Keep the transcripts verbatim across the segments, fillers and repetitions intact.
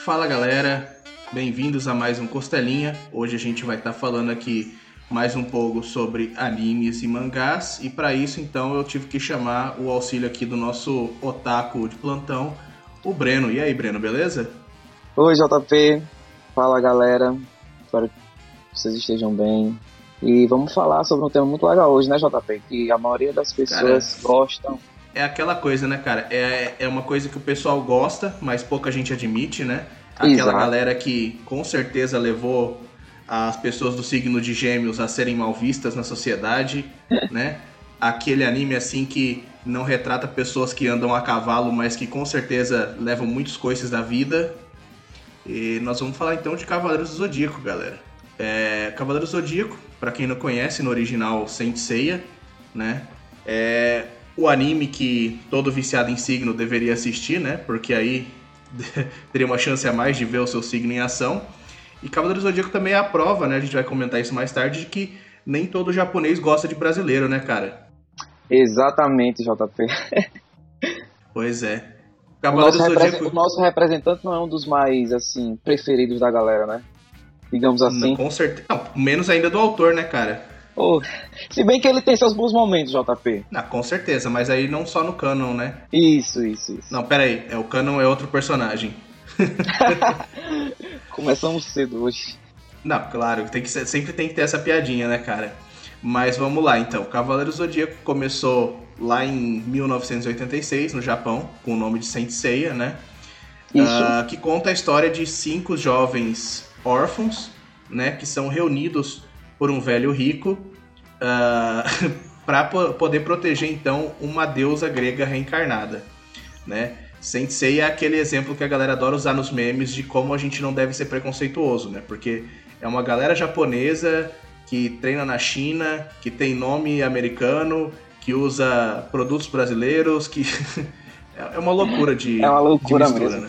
Fala galera, bem-vindos a mais um Costelinha. Hoje a gente vai estar tá falando aqui mais um pouco sobre animes e mangás. E para isso então eu tive que chamar o auxílio aqui do nosso otaku de plantão, o Breno. E aí Breno, beleza? Oi J P, fala galera, espero que vocês estejam bem. E vamos falar sobre um tema muito legal hoje, né J P? Que a maioria das pessoas cara, gostam. É aquela coisa, né, cara? É, é uma coisa que o pessoal gosta, mas pouca gente admite, né? Aquela Exato. Galera que com certeza levou as pessoas do signo de Gêmeos a serem mal vistas na sociedade, né? Aquele anime assim que não retrata pessoas que andam a cavalo, mas que com certeza levam muitos coices da vida. E nós vamos falar então de Cavaleiros do Zodíaco, galera. É, Cavaleiros do Zodíaco, pra quem não conhece, no original Saint Seiya, né? É o anime que todo viciado em signo deveria assistir, né? Porque aí teria uma chance a mais de ver o seu signo em ação. E Cavaleiros do Zodíaco também é a prova, né? A gente vai comentar isso mais tarde, de que nem todo japonês gosta de brasileiro, né, cara? Exatamente, J P. Pois é. O nosso, Zodíaco... o nosso representante não é um dos mais, assim, preferidos da galera, né? Digamos assim. Não, com certeza. Não, menos ainda do autor, né, cara? Oh, se bem que ele tem seus bons momentos, J P. Não, com certeza, mas aí não só no canon, né? Isso, isso, isso. Não, pera aí, é, o canon é outro personagem. Começamos cedo hoje. Não, claro, tem que ser, sempre tem que ter essa piadinha, né, cara? Mas vamos lá, então. Cavaleiro Zodíaco começou lá em mil novecentos e oitenta e seis, no Japão, com o nome de Saint Seiya, né? Isso. Uh, que conta a história de cinco jovens órfãos, né, que são reunidos por um velho rico uh, para po- poder proteger, então, uma deusa grega reencarnada, né? Saint Seiya é aquele exemplo que a galera adora usar nos memes de como a gente não deve ser preconceituoso, né? Porque é uma galera japonesa que treina na China, que tem nome americano, que usa produtos brasileiros, que é uma loucura de, é uma loucura de mistura, mesmo. Né?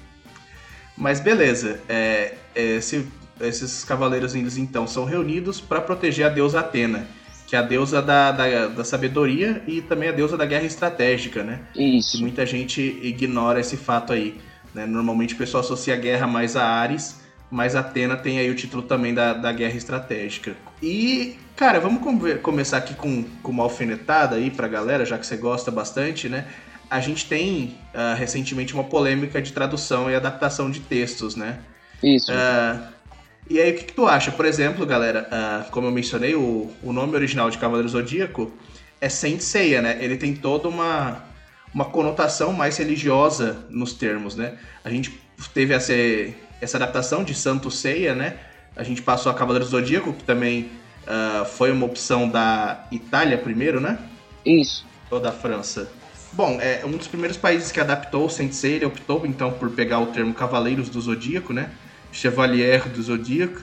Mas beleza, é, esse, esses cavaleiros índios então são reunidos para proteger a deusa Atena, que é a deusa da, da, da sabedoria e também a deusa da guerra estratégica, né? Isso. E muita gente ignora esse fato aí, né? Normalmente o pessoal associa a guerra mais a Ares, mas Atena tem aí o título também da, da guerra estratégica. E, cara, vamos come- começar aqui com, com uma alfinetada aí pra galera, já que você gosta bastante, né? A gente tem uh, recentemente uma polêmica de tradução e adaptação de textos, né? Isso. Uh, e aí, o que, que tu acha? Por exemplo, galera, uh, como eu mencionei, o, o nome original de Cavaleiro Zodíaco é Saint Seiya, né? Ele tem toda uma, uma conotação mais religiosa nos termos, né? A gente teve essa, essa adaptação de Santo Seiya, né? A gente passou a Cavaleiro Zodíaco, que também uh, foi uma opção da Itália primeiro, né? Isso. Ou da França. Bom, é um dos primeiros países que adaptou o Saint Seiya, ele optou então por pegar o termo Cavaleiros do Zodíaco, né? Chevalier do Zodíaco,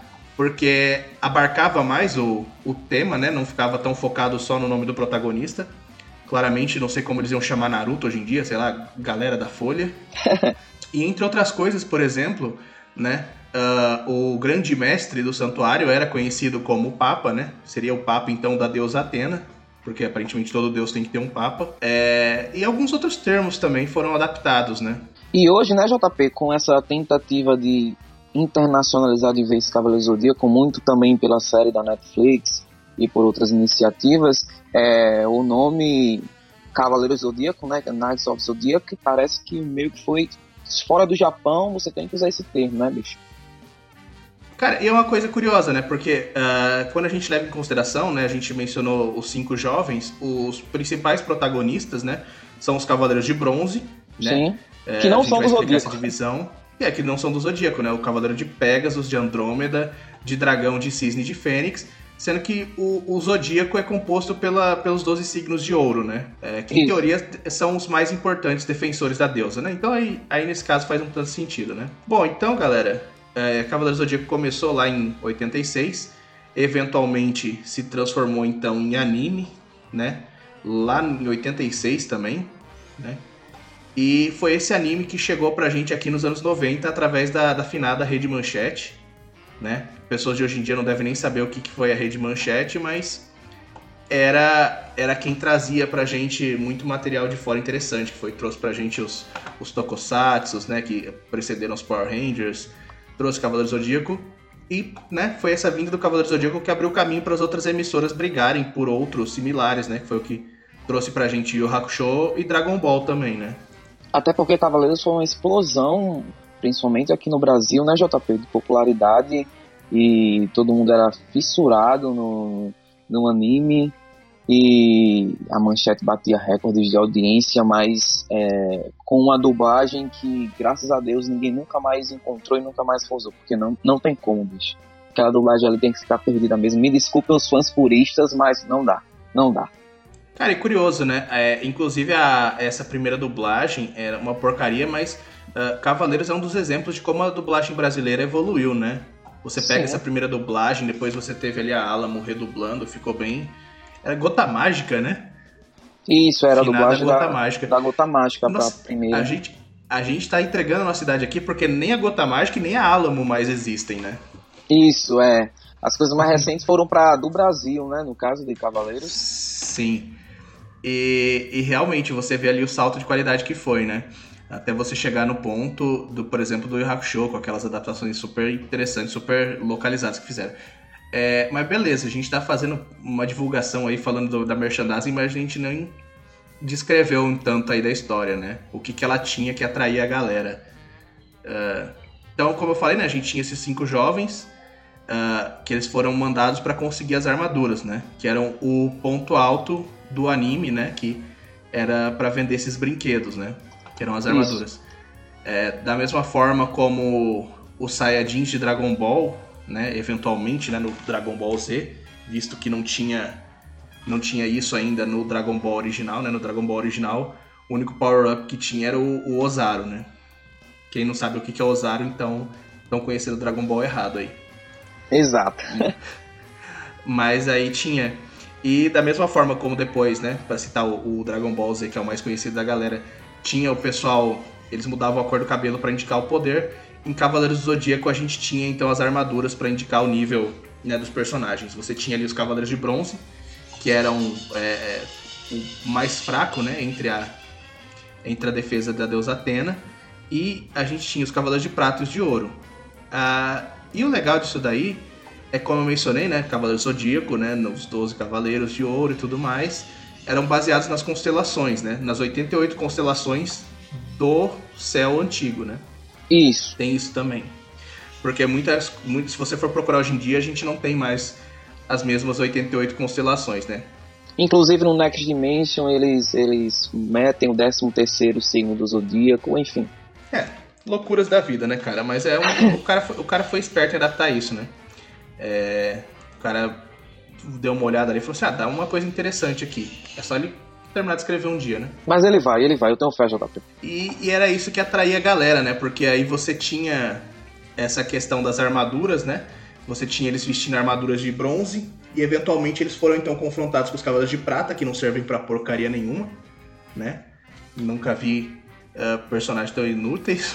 porque abarcava mais o, o tema, né? Não ficava tão focado só no nome do protagonista. Claramente, não sei como eles iam chamar Naruto hoje em dia, sei lá, galera da Folha. E entre outras coisas, por exemplo, né? Uh, o grande mestre do santuário era conhecido como o Papa, né? Seria o Papa, então, da deusa Atena, porque aparentemente todo deus tem que ter um papa. É... E alguns outros termos também foram adaptados, né? E hoje, né, J P, com essa tentativa de internacionalizar de vez Cavaleiros do Zodíaco, muito também pela série da Netflix e por outras iniciativas, é, o nome Cavaleiros do Zodíaco, né, Knights of Zodiac, parece que meio que foi fora do Japão, você tem que usar esse termo, né, bicho? Cara, e é uma coisa curiosa, né? Porque uh, quando a gente leva em consideração, né? A gente mencionou os cinco jovens, os principais protagonistas, né? São os Cavaleiros de Bronze, né? Sim, é, que não são do Zodíaco. Essa divisão. É, que não são do Zodíaco, né? O Cavaleiro de Pégasus, de Andrômeda, de Dragão, de Cisne e de Fênix. Sendo que o, o Zodíaco é composto pela, pelos doze signos de ouro, né? É, que, em Isso. teoria, são os mais importantes defensores da deusa, né? Então, aí, aí nesse caso, faz um tanto sentido, né? Bom, então, galera... É, Cavaleiro do Zodíaco começou lá em oitenta e seis, eventualmente se transformou então em anime, né? Lá em oitenta e seis também, né? E foi esse anime que chegou pra gente aqui nos anos noventa através da, da finada Rede Manchete, né? Pessoas de hoje em dia não devem nem saber o que, que foi a Rede Manchete, mas era, era quem trazia pra gente muito material de fora interessante, que foi, trouxe pra gente os, os Tokusatsus, né, que precederam os Power Rangers, trouxe Cavaleiro Zodíaco, e, né, foi essa vinda do Cavaleiro Zodíaco que abriu o caminho para as outras emissoras brigarem por outros similares, né, que foi o que trouxe pra gente Yu Yu Hakusho e Dragon Ball também, né. Até porque Cavaleiros foi uma explosão, principalmente aqui no Brasil, né, J P, de popularidade, e todo mundo era fissurado no, no anime, e a Manchete batia recordes de audiência, mas é, com uma dublagem que, graças a Deus, ninguém nunca mais encontrou e nunca mais usou, porque não, não tem como, bicho. Aquela dublagem ali tem que ficar perdida mesmo. Me desculpem os fãs puristas, mas não dá, não dá. Cara, e curioso, né? É, inclusive, a, essa primeira dublagem era uma porcaria, mas uh, Cavaleiros é um dos exemplos de como a dublagem brasileira evoluiu, né? Você pega Sim. essa primeira dublagem, depois você teve ali a Alamo redublando, ficou bem... Era Gota Mágica, né? Isso, era a dublagem Gota da, Mágica. da Gota Mágica Nossa, pra primeira. A gente, a gente tá entregando a nossa cidade aqui porque nem a Gota Mágica e nem a Alamo mais existem, né? Isso, é. As coisas mais recentes foram pra do Brasil, né? No caso de Cavaleiros. Sim. E, e realmente você vê ali o salto de qualidade que foi, né? Até você chegar no ponto, do, por exemplo, do Yu Yu Hakusho, com aquelas adaptações super interessantes, super localizadas que fizeram. É, mas beleza, a gente tá fazendo uma divulgação aí, falando do, da merchandising, mas a gente nem descreveu um tanto aí da história, né? O que, que ela tinha que atrair a galera. Uh, então, como eu falei, né? A gente tinha esses cinco jovens, uh, que eles foram mandados para conseguir as armaduras, né? Que eram o ponto alto do anime, né? Que era para vender esses brinquedos, né? Que eram as armaduras. É, da mesma forma como os Saiyajins de Dragon Ball, né, eventualmente, né, no Dragon Ball Z, visto que não tinha, não tinha isso ainda no Dragon Ball original, né, no Dragon Ball original, o único power-up que tinha era o, o Ozaru, né. Quem não sabe o que é Ozaru, então estão conhecendo o Dragon Ball errado aí. Exato. Mas aí tinha... E da mesma forma como depois, né, para citar o, o Dragon Ball Z, que é o mais conhecido da galera, tinha o pessoal, eles mudavam a cor do cabelo para indicar o poder. Em Cavaleiros do Zodíaco a gente tinha então as armaduras para indicar o nível, né, dos personagens. Você tinha ali os Cavaleiros de Bronze, que eram é, o mais fraco, né, entre a, entre a defesa da deusa Atena, e a gente tinha os Cavaleiros de Prata e os de Ouro. Ah, e o legal disso daí é, como eu mencionei, né, Cavaleiro Zodíaco, né, nos doze Cavaleiros de Ouro e tudo mais, eram baseados nas constelações, né, nas oitenta e oito constelações do céu antigo, né. Isso. Tem isso também. Porque muitas, muitas, se você for procurar hoje em dia, a gente não tem mais as mesmas oitenta e oito constelações, né? Inclusive no Next Dimension eles, eles metem o décimo terceiro signo do Zodíaco, enfim. É, loucuras da vida, né, cara? Mas é um, o, cara foi, o cara foi esperto em adaptar isso, né? É, o cara deu uma olhada ali e falou assim, ah, dá uma coisa interessante aqui. É só ele terminar de escrever um dia, né? Mas ele vai, ele vai, eu tenho fé, J P. E, e era isso que atraía a galera, né? Porque aí você tinha essa questão das armaduras, né? Você tinha eles vestindo armaduras de bronze e eventualmente eles foram então confrontados com os Cavaleiros de Prata, que não servem pra porcaria nenhuma, né? Nunca vi uh, personagens tão inúteis.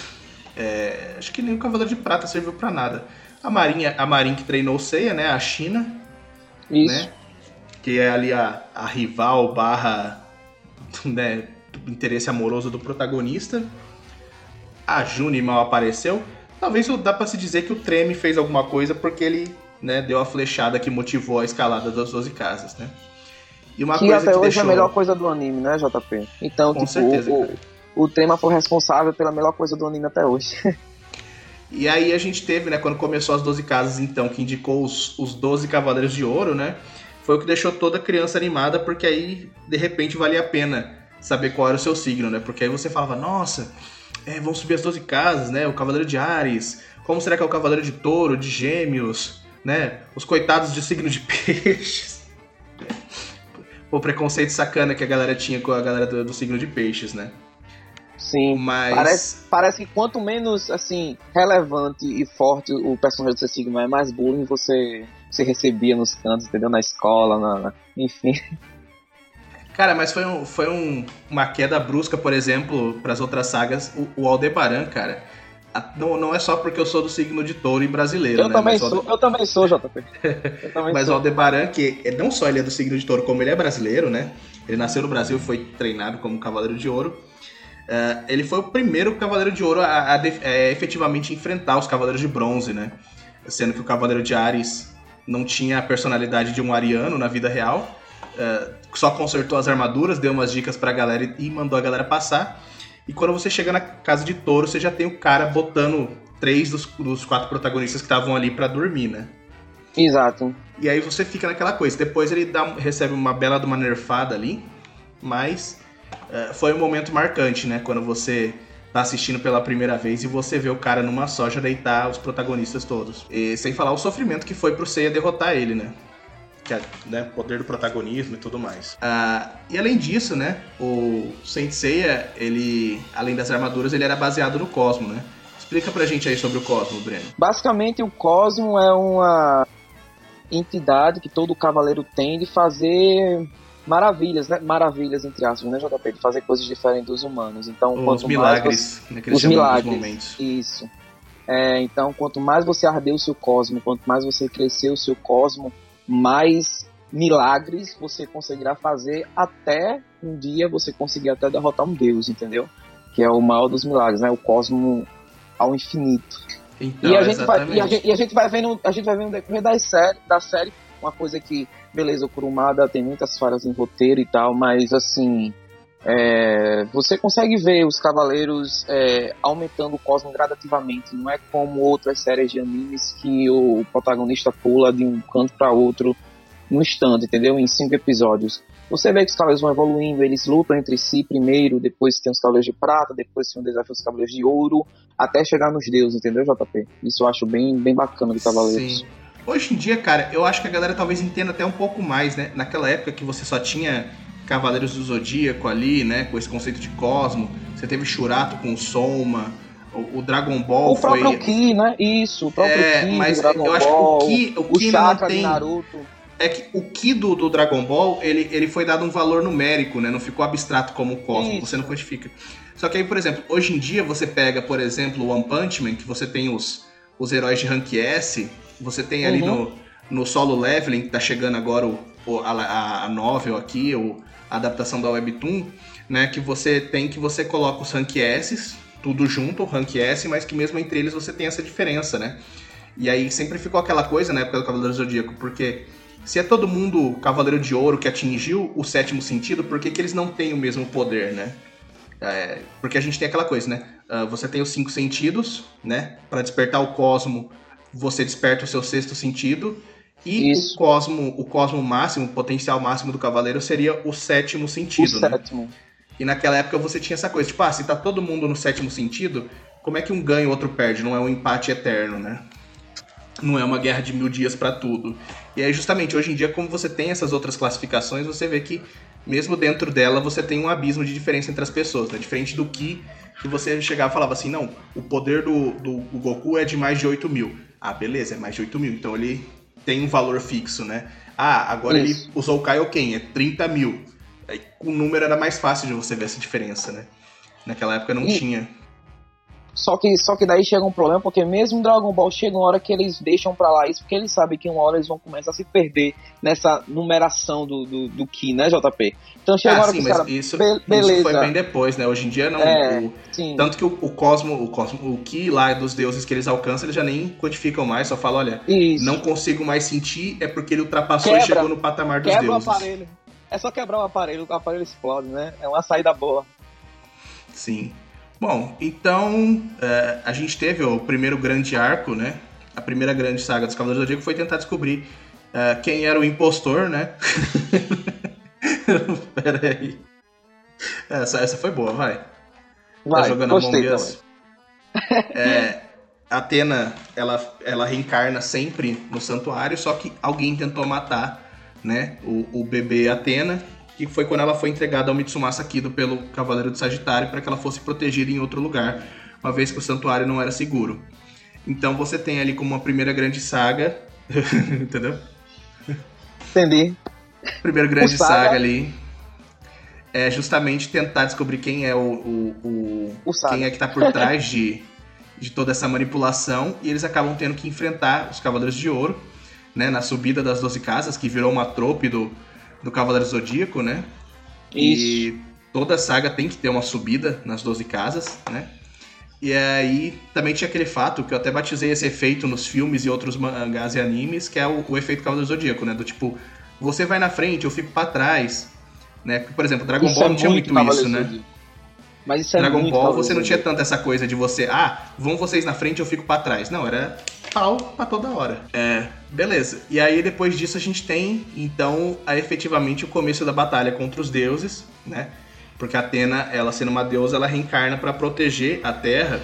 É, acho que nem o Cavaleiro de Prata serviu pra nada. A Marinha, a Marin que treinou o Seiya, né? A China, isso. Né? Que é ali a, a rival barra... Né, do interesse amoroso do protagonista. A June mal apareceu. Talvez dá pra se dizer que o Treme fez alguma coisa porque ele, né, deu a flechada que motivou a escalada das doze casas, né? E uma que coisa até que hoje deixou... é a melhor coisa do anime, né, J P? Então, Com tipo, certeza, o, o, o Trema foi responsável pela melhor coisa do anime até hoje. E aí a gente teve, né, quando começou as doze casas, então, que indicou os, os doze Cavaleiros de Ouro, né? Foi o que deixou toda criança animada, porque aí, de repente, valia a pena saber qual era o seu signo, né? Porque aí você falava, nossa, é, vão subir as doze casas, né? O Cavaleiro de Áries, como será que é o Cavaleiro de Touro, de Gêmeos, né? Os coitados de signo de Peixes. O preconceito sacana que a galera tinha com a galera do, do signo de Peixes, né? Sim, mas... parece, parece que quanto menos, assim, relevante e forte o personagem do seu signo é, mais bullying você, você recebia nos cantos, entendeu? Na escola, na, na... enfim. Cara, mas foi, um, foi um, uma queda brusca, por exemplo, para as outras sagas. O, o Aldebaran, cara, não, não é só porque eu sou do signo de touro e brasileiro, eu né? Também mas sou, Alde... Eu também sou, J P. Eu também mas sou. o Aldebaran, que não só ele é do signo de touro, como ele é brasileiro, né? Ele nasceu no Brasil, foi treinado como Cavaleiro de Ouro. Uh, ele foi o primeiro Cavaleiro de Ouro a, a, a, a efetivamente enfrentar os Cavaleiros de Bronze, né? Sendo que o Cavaleiro de Ares não tinha a personalidade de um ariano na vida real. Uh, só consertou as armaduras, deu umas dicas pra galera e mandou a galera passar. E quando você chega na casa de touro, você já tem o cara botando três dos, dos quatro protagonistas que estavam ali pra dormir, né? Exato. E aí você fica naquela coisa. Depois ele dá, recebe uma bela de uma nerfada ali, mas uh, foi um momento marcante, né? Quando você tá assistindo pela primeira vez e você vê o cara numa só já deitar os protagonistas todos. E sem falar o sofrimento que foi pro Seiya derrotar ele, né? Que é, né, poder do protagonismo e tudo mais. Ah, e além disso, né, o Saint Seiya, ele, além das armaduras, ele era baseado no Cosmo, né? Explica pra gente aí sobre o Cosmo, Breno. Basicamente, o Cosmo é uma entidade que todo cavaleiro tem de fazer maravilhas, né? Maravilhas, entre aspas, né, J P? De fazer coisas diferentes dos humanos. Então, os quanto milagres, mais você... né, que eles os milagres, momentos. Isso. É, então, quanto mais você arder o seu Cosmo, quanto mais você crescer o seu Cosmo, mais milagres você conseguirá fazer, até um dia você conseguir até derrotar um deus, entendeu? Que é o maior dos milagres, né? O Cosmo ao infinito. Então, e, a gente vai, e, a gente, e a gente vai vendo, a gente vai vendo no decorrer da série, da série, uma coisa que, beleza, o Kurumada tem muitas falhas em roteiro e tal, mas assim, é, você consegue ver os cavaleiros é, aumentando o Cosmo gradativamente. Não é como outras séries de animes que o protagonista pula de um canto para outro no instante, entendeu? Em cinco episódios. Você vê que os cavaleiros vão evoluindo, eles lutam entre si primeiro, depois tem os cavaleiros de prata, depois tem o desafio dos cavaleiros de ouro, até chegar nos deuses, entendeu, J P? Isso eu acho bem, bem bacana de cavaleiros. Sim. Hoje em dia, cara, eu acho que a galera talvez entenda até um pouco mais, né? Naquela época que você só tinha Cavaleiros do Zodíaco ali, né? Com esse conceito de Cosmo. Você teve Shurato com o Soma. O, o Dragon Ball o foi... O próprio Ki, né? Isso, o próprio é, Ki mas do Dragon eu acho Ball, que o Ki, o o Ki Chakra não tem... de Naruto. É que o Ki do, do Dragon Ball, ele, ele foi dado um valor numérico, né? Não ficou abstrato como o Cosmo, Isso. Você não quantifica. Só que aí, por exemplo, hoje em dia você pega, por exemplo, o One Punch Man, que você tem os, os heróis de Rank S, você tem ali Uhum. no, no Solo Leveling, que tá chegando agora o, o, a, a novel aqui, o, a adaptação da Webtoon, né? Que você tem que você coloca os Rank S, tudo junto, o Rank S, mas que mesmo entre eles você tem essa diferença, né? E aí sempre ficou aquela coisa na época do Cavaleiro do Zodíaco, porque se é todo mundo Cavaleiro de Ouro que atingiu o sétimo sentido, por que, que eles não têm o mesmo poder, né? É, porque a gente tem aquela coisa, né? Uh, você tem os cinco sentidos, né? Para despertar o Cosmo, você desperta o seu sexto sentido. E Isso. o Cosmo, o Cosmo máximo, o potencial máximo do Cavaleiro seria o sétimo sentido, o né? sétimo. E naquela época você tinha essa coisa, tipo, ah, se tá todo mundo no sétimo sentido, como é que um ganha e o outro perde? Não é um empate eterno, né? Não é uma guerra de mil dias pra tudo. E aí, justamente, hoje em dia, como você tem essas outras classificações, você vê que, mesmo dentro dela, você tem um abismo de diferença entre as pessoas, né? Diferente do Ki, que você chegava e falava assim, não, o poder do, do, do Goku é de mais de oito mil. Ah, beleza, é mais de oito mil, então ele tem um valor fixo, né? Ah, agora Isso. ele usou o Kaioken, é trinta mil. Aí, o número era mais fácil de você ver essa diferença, né? Naquela época não e... tinha... Só que, só que daí chega um problema, porque mesmo Dragon Ball chega uma hora que eles deixam pra lá isso, porque eles sabem que uma hora eles vão começar a se perder nessa numeração do, do, do Ki, né, J P? Então chega ah, uma hora sim, que mas cara, isso, be- beleza. isso foi bem depois, né? Hoje em dia não. É, o, sim. Tanto que o, o Cosmo, o Cosmo, o Ki lá dos deuses que eles alcançam, eles já nem quantificam mais, só falam, olha, isso. não consigo mais sentir, é porque ele ultrapassou Quebra, e chegou no patamar dos quebra deuses. O aparelho. É só quebrar o aparelho, o aparelho explode, né? É uma saída boa. Sim. Bom, então uh, a gente teve ó, o primeiro grande arco, né? A primeira grande saga dos Cavaleiros do Zodíaco foi tentar descobrir uh, quem era o impostor, né? Pera aí. Essa, essa foi boa, vai. Vai, tá jogando gostei Among Us. É, a Athena, ela, ela reencarna sempre no santuário, só que alguém tentou matar, né, o, o bebê Athena, que foi quando ela foi entregada ao Mitsumasa Kido pelo Cavaleiro do Sagitário para que ela fosse protegida em outro lugar, uma vez que o santuário não era seguro. Então você tem ali como uma primeira grande saga, entendeu? Entendi. Primeira grande saga. saga ali é justamente tentar descobrir quem é o, o, o, o quem é que tá por trás de de toda essa manipulação, e eles acabam tendo que enfrentar os Cavaleiros de Ouro, né, na subida das doze casas, que virou uma trope do, do Cavaleiro Zodíaco, né? Isso. E toda saga tem que ter uma subida nas doze casas, né? E aí também tinha aquele fato que eu até batizei esse efeito nos filmes e outros mangás e animes, que é o, o efeito Cavaleiro Zodíaco, né? Do tipo, você vai na frente, eu fico pra trás, né? Porque, por exemplo, Dragon Isso Ball é não tinha muito muito isso, né? Zodíaco. Mas isso é Dragon muito Ball Cavaleiro você não tinha Zodíaco. tanto essa coisa de você, ah, vão vocês na frente, eu fico pra trás. Não, era pau pra toda hora. É, beleza. E aí depois disso a gente tem, então, a, efetivamente o começo da batalha contra os deuses, né? Porque a Athena, ela sendo uma deusa, ela reencarna pra proteger a Terra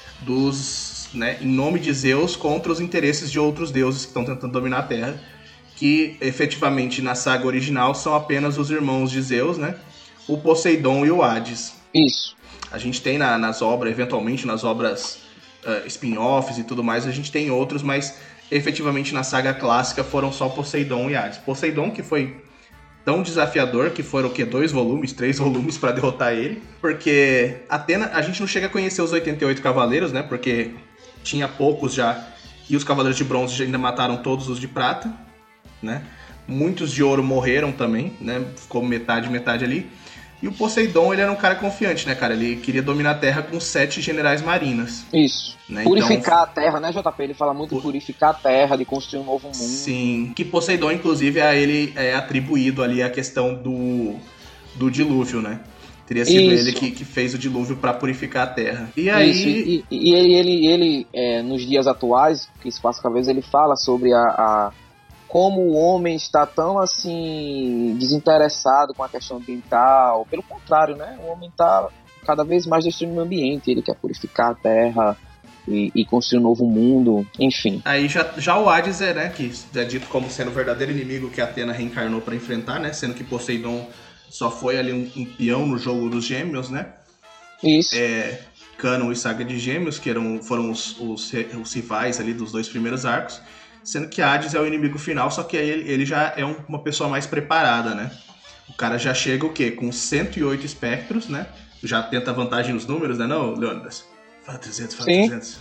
dos, né, em nome de Zeus contra os interesses de outros deuses que estão tentando dominar a Terra, que efetivamente na saga original são apenas os irmãos de Zeus, né? O Poseidon e o Hades. Isso. A gente tem na, nas obras, eventualmente nas obras uh, spin-offs e tudo mais, a gente tem outros, mas efetivamente na saga clássica foram só Poseidon e Hades. Poseidon que foi tão desafiador que foram o quê? Dois volumes, três volumes pra derrotar ele. Porque Athena, a gente não chega a conhecer os oitenta e oito cavaleiros, né? Porque tinha poucos já. E os cavaleiros de bronze ainda mataram todos os de prata, né? Muitos de ouro morreram também, né? Ficou metade, metade ali. E o Poseidon, ele era um cara confiante, né, cara? Ele queria dominar a Terra com sete generais marinas. Isso. Né? Purificar então, a Terra, né, J P? Ele fala muito de purificar a Terra, de construir um novo mundo. Sim. Que Poseidon, inclusive, a ele é atribuído ali a questão do, do dilúvio, né? Teria sido Isso. ele que, que fez o dilúvio para purificar a Terra. E aí... Isso. E, e, e ele, ele, ele é, nos dias atuais, que se passa cada vez, ele fala sobre a... a como o homem está tão, assim, desinteressado com a questão ambiental. Pelo contrário, né? O homem está cada vez mais destruindo o ambiente. Ele quer purificar a Terra e, e construir um novo mundo, enfim. Aí já, já o Hades é, né, que é dito como sendo o verdadeiro inimigo que a Athena reencarnou para enfrentar, né? Sendo que Poseidon só foi ali um, um peão no jogo dos gêmeos, né? Isso. É, Cânon e Saga de Gêmeos, que eram, foram os, os, os rivais ali dos dois primeiros arcos. Sendo que Hades é o inimigo final, só que aí ele, ele já é um, uma pessoa mais preparada, né? O cara já chega o quê? Com cento e oito espectros, né? Já tenta vantagem nos números, né não, Leônidas? Fala trezentos, fala Sim. trezentos.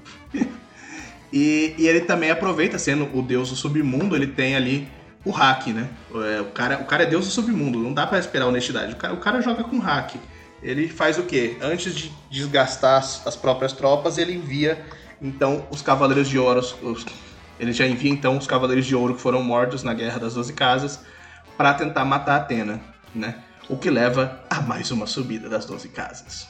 e, e ele também aproveita, sendo o deus do submundo, ele tem ali o hack, né? O cara, o cara é deus do submundo, não dá pra esperar honestidade. O cara, o cara joga com hack. Ele faz o quê? Antes de desgastar as, as próprias tropas, ele envia, então, os Cavaleiros de Ouro... Os, Ele já envia, então, os Cavaleiros de Ouro que foram mortos na Guerra das Doze Casas para tentar matar a Athena, né? O que leva a mais uma subida das Doze Casas.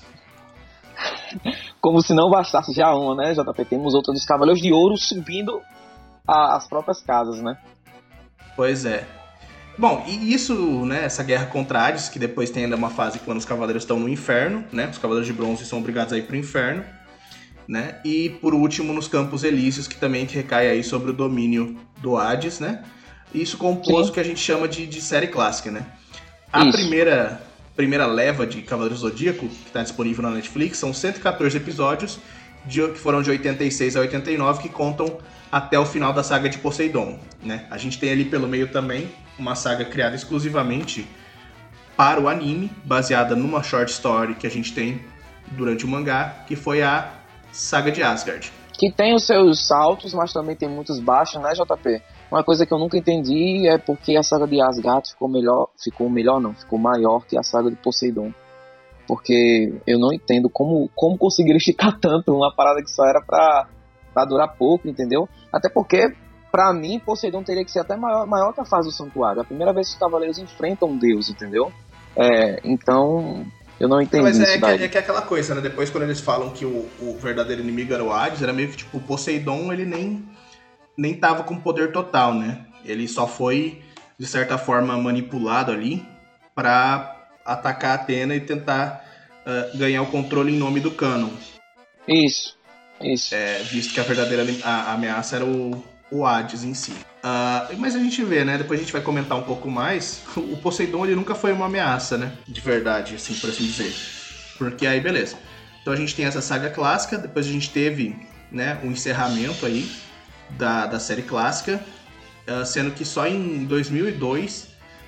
Como se não bastasse já uma, né, J P? Temos outra dos Cavaleiros de Ouro subindo a, as próprias casas, né? Pois é. Bom, e isso, né, essa guerra contra Hades, que depois tem ainda uma fase quando os Cavaleiros estão no inferno, né? Os Cavaleiros de Bronze são obrigados a ir pro inferno. Né? E por último nos Campos Elíseos, que também recai aí sobre o domínio do Hades, né? Isso compôs o que a gente chama de, de série clássica, né? A Isso. primeira, primeira leva de Cavaleiros do Zodíaco, que está disponível na Netflix, são cento e quatorze episódios, de, que foram de oitenta e seis a oitenta e nove, que contam até o final da saga de Poseidon, né? A gente tem ali pelo meio também uma saga criada exclusivamente para o anime, baseada numa short story que a gente tem durante o mangá, que foi a Saga de Asgard. Que tem os seus saltos, mas também tem muitos baixos, né, J P? Uma coisa que eu nunca entendi é porque a saga de Asgard ficou melhor, ficou melhor não, ficou maior que a saga de Poseidon. Porque eu não entendo como, como conseguiram esticar tanto uma parada que só era pra, pra durar pouco, entendeu? Até porque, pra mim, Poseidon teria que ser até maior, maior que a fase do Santuário. É a primeira vez que os cavaleiros enfrentam um deus, entendeu? É, então... Eu não entendi Mas é, isso que, daí. é que é aquela coisa, né? Depois, quando eles falam que o, o verdadeiro inimigo era o Hades, era meio que tipo, o Poseidon, ele nem, nem tava com poder total, né? Ele só foi, de certa forma, manipulado ali pra atacar a Athena e tentar uh, ganhar o controle em nome do Cânon. Isso, isso. É, visto que a verdadeira a, a ameaça era o, o Hades em si. Uh, mas a gente vê, né? Depois a gente vai comentar um pouco mais. O Poseidon, ele nunca foi uma ameaça, né? De verdade, assim, por assim dizer. Porque aí, beleza. Então a gente tem essa saga clássica. Depois a gente teve, né, um encerramento aí da, da série clássica. Uh, sendo que só em dois mil e dois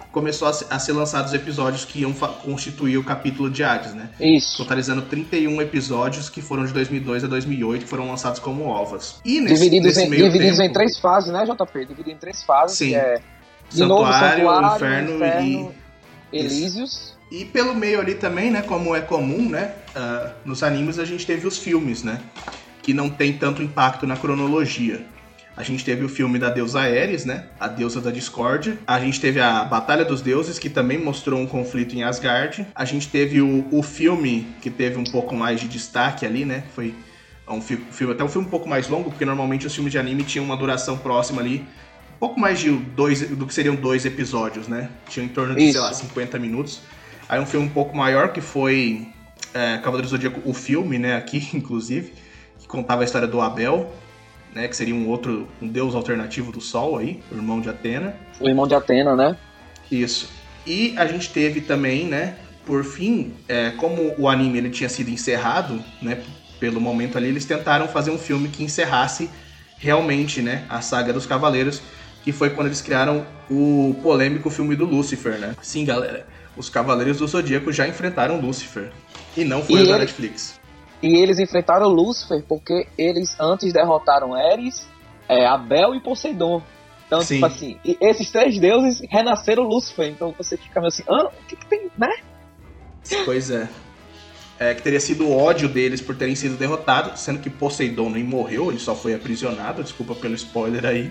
começou a, a ser lançados episódios que iam constituir o capítulo de Hades, né? Isso. Totalizando trinta e um episódios que foram de dois mil e dois a dois mil e oito, que foram lançados como ovas. E nesse, divididos nesse em, meio divididos tempo, em três fases, né, J P? Divididos em três fases. Sim. Que é, de Santuário, novo, Santuário, Inferno, Inferno e... Elísios. E pelo meio ali também, né, como é comum, né, uh, nos animes a gente teve os filmes, né, que não tem tanto impacto na cronologia. A gente teve o filme da deusa Ares, né, a deusa da discórdia. A gente teve a Batalha dos Deuses, que também mostrou um conflito em Asgard. A gente teve o, o filme, que teve um pouco mais de destaque ali, né, foi um filme, até um filme um pouco mais longo, porque normalmente os filmes de anime tinham uma duração próxima ali, um pouco mais de dois, do que seriam dois episódios, né, tinha em torno de, Isso. sei lá, cinquenta minutos. Aí um filme um pouco maior, que foi é, Cavaleiro do Zodíaco, o filme, né, aqui, inclusive, que contava a história do Abel, né, que seria um outro, um deus alternativo do Sol aí, o irmão de Atena. O irmão de Atena, né? Isso. E a gente teve também, né, por fim, é, como o anime ele tinha sido encerrado, né, pelo momento ali, eles tentaram fazer um filme que encerrasse realmente, né, a saga dos Cavaleiros, que foi quando eles criaram o polêmico filme do Lúcifer, né? Sim, galera, os Cavaleiros do Zodíaco já enfrentaram Lúcifer, e não foi e o da ele... Netflix. E eles enfrentaram Lúcifer porque eles antes derrotaram Ares, é, Abel e Poseidon. Então, Sim. tipo assim, esses três deuses renasceram Lúcifer. Então você fica meio assim, ah, o que que tem, né? Pois é. É que teria sido o ódio deles por terem sido derrotados, sendo que Poseidon nem morreu, ele só foi aprisionado, desculpa pelo spoiler aí.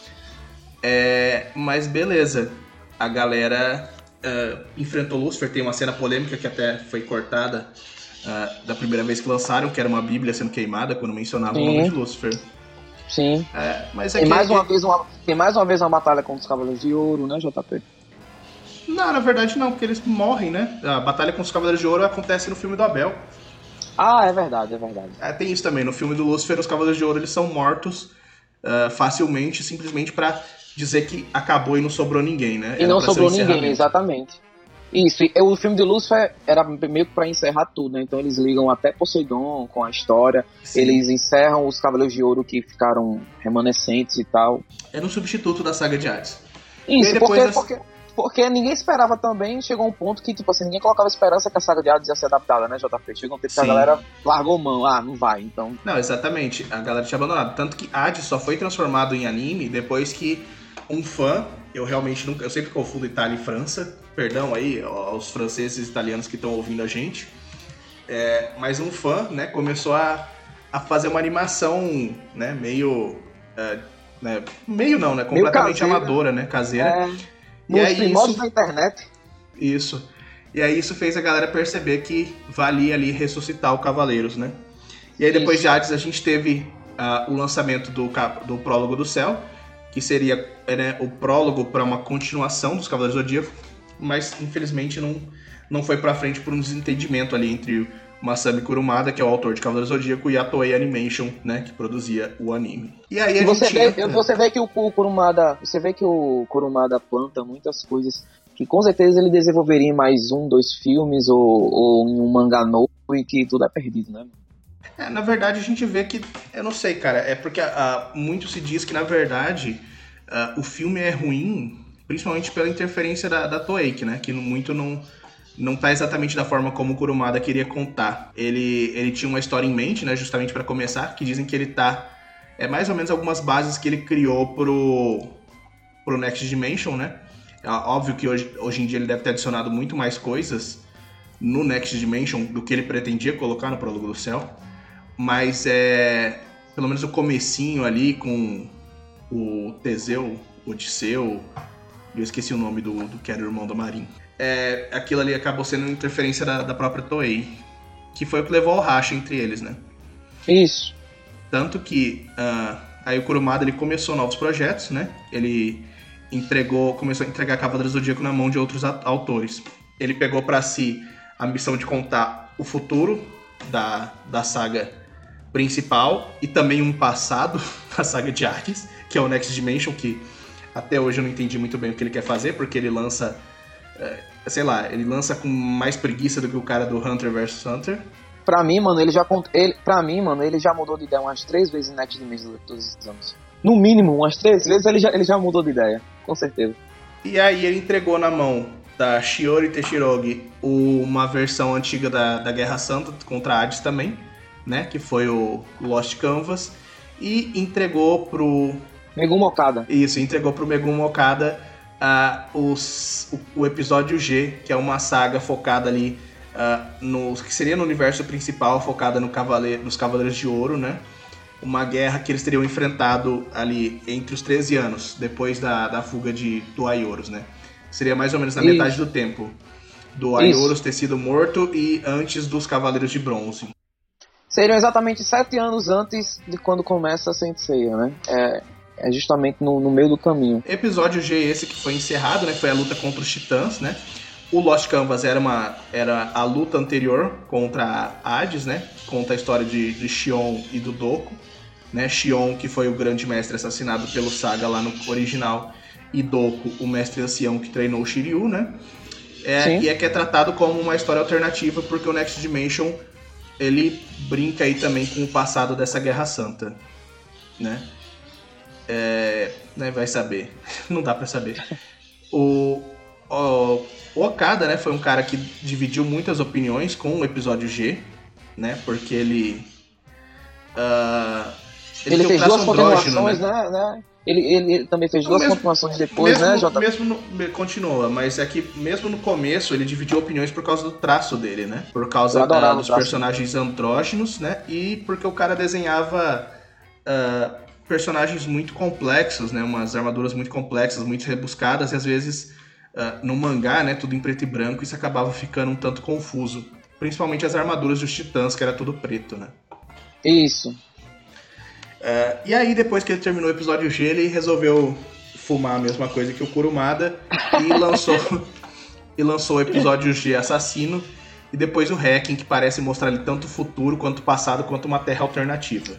É, mas beleza, a galera uh, enfrentou Lúcifer, tem uma cena polêmica que até foi cortada Uh, da primeira vez que lançaram, que era uma bíblia sendo queimada quando mencionava Sim. o nome de Lúcifer. Sim. É, mas é tem, que, mais uma que... vez uma, tem mais uma vez uma batalha contra os Cavaleiros de Ouro, né, J P? Não, na verdade não, porque eles morrem, né? A batalha com os Cavaleiros de Ouro acontece no filme do Abel. Ah, é verdade, é verdade. É, tem isso também, no filme do Lúcifer, os Cavaleiros de Ouro eles são mortos uh, facilmente, simplesmente pra dizer que acabou e não sobrou ninguém, né? E era não sobrou ninguém, exatamente. Isso, e o filme de Lúcifer era meio que pra encerrar tudo, né? Então eles ligam até Poseidon com a história, Sim. eles encerram os Cavaleiros de Ouro que ficaram remanescentes e tal. Era um substituto da saga de Hades. Isso, porque, das... porque, porque ninguém esperava também, chegou um ponto que, tipo assim, ninguém colocava esperança que a saga de Hades ia ser adaptada, né, J P? Chegou um tempo que a galera largou mão, ah, não vai, então... Não, exatamente, a galera tinha abandonado. Tanto que Hades só foi transformado em anime depois que um fã, eu realmente nunca, eu sempre confundo Itália e França, perdão aí aos franceses e italianos que estão ouvindo a gente, é, mas um fã, né, começou a, a fazer uma animação, né, meio, é, né, meio não, né, completamente caseira, amadora, né, caseira. É, e aí primórdios da internet. Isso. E aí isso fez a galera perceber que valia ali ressuscitar o Cavaleiros, né. E aí depois isso. de Hades a gente teve uh, o lançamento do, do Prólogo do Céu, que seria, né, o prólogo para uma continuação dos Cavaleiros do Zodíaco, mas infelizmente não, não foi pra frente por um desentendimento ali entre o Masami Kurumada, que é o autor de Cavaleiros do Zodíaco, e a Toei Animation, né, que produzia o anime. E aí a e você, gente vê, entra... você vê que o Kurumada, você vê que o Kurumada planta muitas coisas que com certeza ele desenvolveria em mais um, dois filmes ou, ou em um mangá novo e que tudo é perdido, né? É, na verdade a gente vê que, eu não sei, cara, é porque uh, muito se diz que na verdade uh, o filme é ruim, principalmente pela interferência da, da Toei, né, que muito não, não tá exatamente da forma como o Kurumada queria contar. Ele, ele tinha uma história em mente, né, justamente para começar, que dizem que ele tá, é mais ou menos algumas bases que ele criou pro, pro Next Dimension, né, é óbvio que hoje, hoje em dia ele deve ter adicionado muito mais coisas no Next Dimension do que ele pretendia colocar no Prólogo do Céu. Mas é, pelo menos o comecinho ali com o Teseu, Odisseu, eu esqueci o nome do, do que era o irmão da Marin. É, aquilo ali acabou sendo uma interferência da, da própria Toei, que foi o que levou ao racha entre eles, né? Isso. Tanto que uh, aí o Kurumada ele começou novos projetos, né? Ele entregou, começou a entregar Cavaleiros do Zodíaco na mão de outros autores. Ele pegou para si a missão de contar o futuro da, da saga principal e também um passado da saga de Hades, que é o Next Dimension, que até hoje eu não entendi muito bem o que ele quer fazer, porque ele lança, é, sei lá, ele lança com mais preguiça do que o cara do Hunter versus Hunter. Pra mim, mano, ele já ele, pra mim, mano, ele já mudou de ideia umas três vezes em Next Dimension todos esses anos. No mínimo, umas três vezes ele já, ele já mudou de ideia, com certeza. E aí ele entregou na mão da Shiori Teshirogi uma versão antiga da, da Guerra Santa contra Hades também, né? Que foi o Lost Canvas. E entregou pro... Megumi Okada. Isso, entregou pro Megumi Okada uh, os, o, o episódio G, que é uma saga focada ali, uh, no, que seria no universo principal, focada no cavaleiro, nos Cavaleiros de Ouro, né? Uma guerra que eles teriam enfrentado ali entre os treze anos, depois da, da fuga de, do Aioros, né? Seria mais ou menos na Isso. metade do tempo do Aioros ter sido morto e antes dos Cavaleiros de Bronze. Seriam exatamente sete anos antes de quando começa a Saint Seiya, né? É, é justamente no, no meio do caminho. Episódio G esse que foi encerrado, né? Foi a luta contra os Titãs, né? O Lost Canvas era, uma, era a luta anterior contra a Hades, né? Conta a história de, de Shion e do Doku, né? Shion, que foi o grande mestre assassinado pelo Saga lá no original, e Doku, o mestre ancião que treinou o Shiryu, né? É, e é que é tratado como uma história alternativa, porque o Next Dimension, ele brinca aí também com o passado dessa Guerra Santa, né? É, né, vai saber. Não dá pra saber. O, o, o Okada, né, foi um cara que dividiu muitas opiniões com o episódio G, né? Porque ele... Uh, ele, ele fez duas continuações, né? né? né? Ele, ele, ele também fez duas mesmo, continuações depois, mesmo, né, J? Mesmo no, continua, mas é que mesmo no começo ele dividiu opiniões por causa do traço dele, né? Por causa da, dos personagens andrógenos, né? E porque o cara desenhava uh, personagens muito complexos, né? Umas armaduras muito complexas, muito rebuscadas, e às vezes uh, no mangá, né? Tudo em preto e branco, isso acabava ficando um tanto confuso. Principalmente as armaduras dos titãs, que era tudo preto, né? Isso. Uh, e aí, depois que ele terminou o episódio G, ele resolveu fumar a mesma coisa que o Kurumada e lançou, e lançou o episódio G Assassino e depois o Hacking, que parece mostrar ali tanto o futuro quanto o passado, quanto uma terra alternativa.